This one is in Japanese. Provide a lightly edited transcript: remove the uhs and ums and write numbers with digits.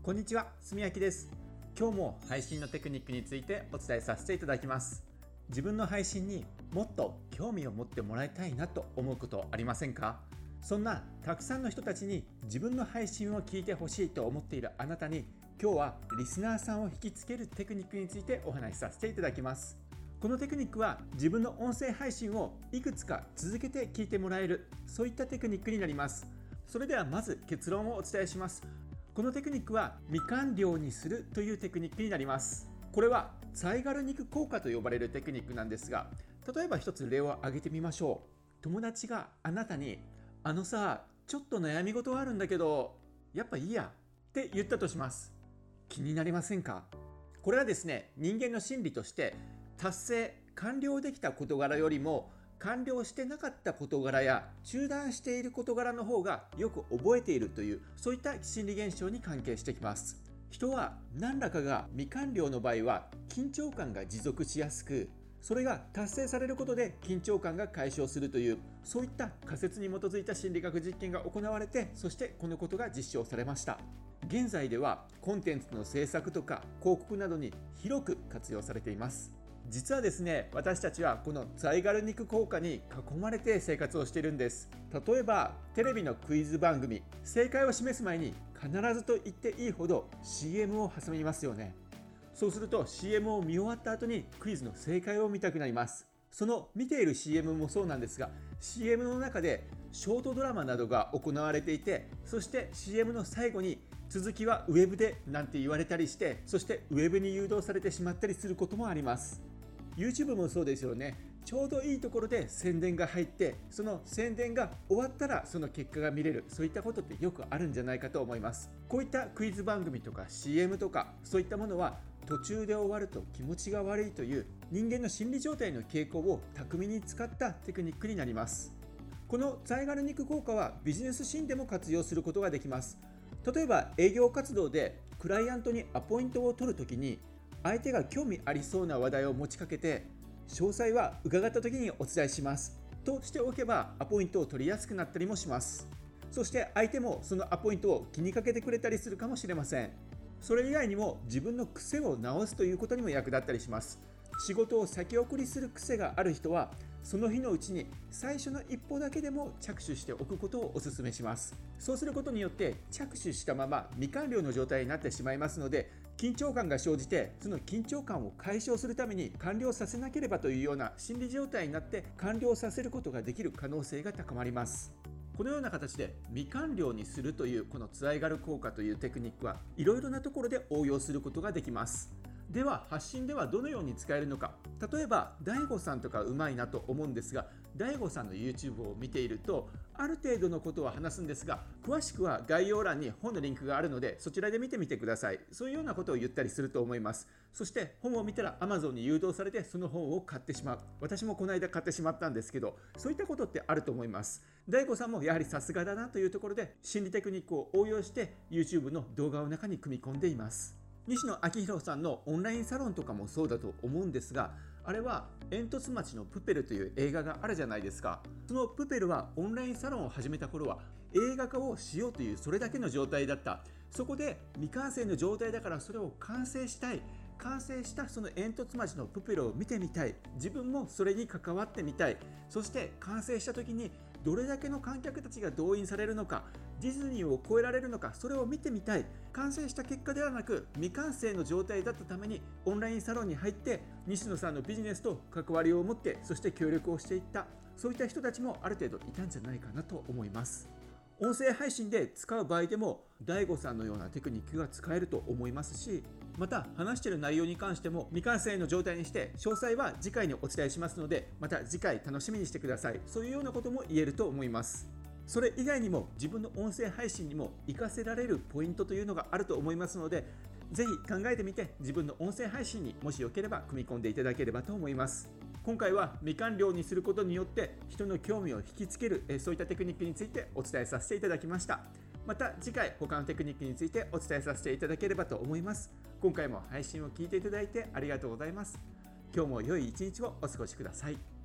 こんにちは、すみやきです。今日も配信のテクニックについてお伝えさせていただきます。自分の配信にもっと興味を持ってもらいたいなと思うことありませんか？そんなたくさんの人たちに自分の配信を聞いてほしいと思っているあなたに、今日はリスナーさんを引きつけるテクニックについてお話しさせていただきます。このテクニックは自分の音声配信をいくつか続けて聞いてもらえる、そういったテクニックになります。それではまず結論をお伝えします。このテクニックは未完了にするというテクニックになります。これはザイガルニク効果と呼ばれるテクニックなんですが、例えば一つ例を挙げてみましょう。友達があなたにちょっと悩み事があるんだけどやっぱいいやって言ったとします。気になりませんか？これはですね、人間の心理として完了できた事柄よりも完了してなかった事柄や中断している事柄の方がよく覚えているという、そういった心理現象に関係してきます。人は何らかが未完了の場合は緊張感が持続しやすく、それが達成されることで緊張感が解消するという、そういった仮説に基づいた心理学実験が行われて、そしてこのことが実証されました。現在ではコンテンツの制作とか広告などに広く活用されています。実はですね、私たちはこのザイガルニク効果に囲まれて生活をしているんです。例えばテレビのクイズ番組、正解を示す前に必ずと言っていいほど CM を挟みますよね。そうすると CM を見終わった後にクイズの正解を見たくなります。その見ている CM もそうなんですが、 CM の中でショートドラマなどが行われていて、そして CM の最後に続きはウェブでなんて言われたりして、そしてウェブに誘導されてしまったりすることもあります。 YouTube もそうですよね。ちょうどいいところで宣伝が入って、その宣伝が終わったらその結果が見れる、そういったことってよくあるんじゃないかと思います。こういったクイズ番組とか CM とかそういったものは途中で終わると気持ちが悪いという人間の心理状態の傾向を巧みに使ったテクニックになります。このザイガルニク効果はビジネスシーンでも活用することができます。例えば営業活動でクライアントにアポイントを取るときに、相手が興味ありそうな話題を持ちかけて、詳細は伺った時にお伝えしますとしておけばアポイントを取りやすくなったりもします。そして相手もそのアポイントを気にかけてくれたりするかもしれません。それ以外にも自分の癖を直すということにも役立ったりします。仕事を先送りする癖がある人は、その日のうちに最初の一歩だけでも着手しておくことをお勧めします。そうすることによって着手したまま未完了の状態になってしまいますので、緊張感が生じて、その緊張感を解消するために完了させなければというような心理状態になって完了させることができる可能性が高まります。このような形で未完了にするというこのザイガル効果というテクニックはいろいろなところで応用することができます。では発信ではどのように使えるのか。例えば DAIGO さんとかうまいなと思うんですが、 DAIGO さんの YouTube を見ているとある程度のことは話すんですが、詳しくは概要欄に本のリンクがあるのでそちらで見てみてください。そういうようなことを言ったりすると思います。そして本を見たら Amazon に誘導されてその本を買ってしまう。私もこの間買ってしまったんですけど、そういったことってあると思います。 DAIGO さんもやはりさすがだなというところで心理テクニックを応用して YouTube の動画の中に組み込んでいます。西野昭弘さんのオンラインサロンとかもそうだと思うんですが、あれは煙突町のプペルという映画があるじゃないですか。そのプペルはオンラインサロンを始めた頃は映画化をしようというそれだけの状態だった。そこで未完成の状態だからそれを完成したい。完成したその煙突町のプペルを見てみたい。自分もそれに関わってみたい。そして完成した時にどれだけの観客たちが動員されるのか、ディズニーを超えられるのか、それを見てみたい。完成した結果ではなく未完成の状態だったためにオンラインサロンに入って西野さんのビジネスと関わりを持って、そして協力をしていった、そういった人たちもある程度いたんじゃないかなと思います。音声配信で使う場合でも DAIGO さんのようなテクニックが使えると思いますし、また話している内容に関しても未完成の状態にして詳細は次回にお伝えしますので、また次回楽しみにしてください。そういうようなことも言えると思います。それ以外にも自分の音声配信にも活かせられるポイントというのがあると思いますので、ぜひ考えてみて自分の音声配信にもしよければ組み込んでいただければと思います。今回は未完了にすることによって人の興味を引きつける、そういったテクニックについてお伝えさせていただきました。また次回他のテクニックについてお伝えさせていただければと思います。今回も配信を聞いていただいてありがとうございます。今日も良い一日をお過ごしください。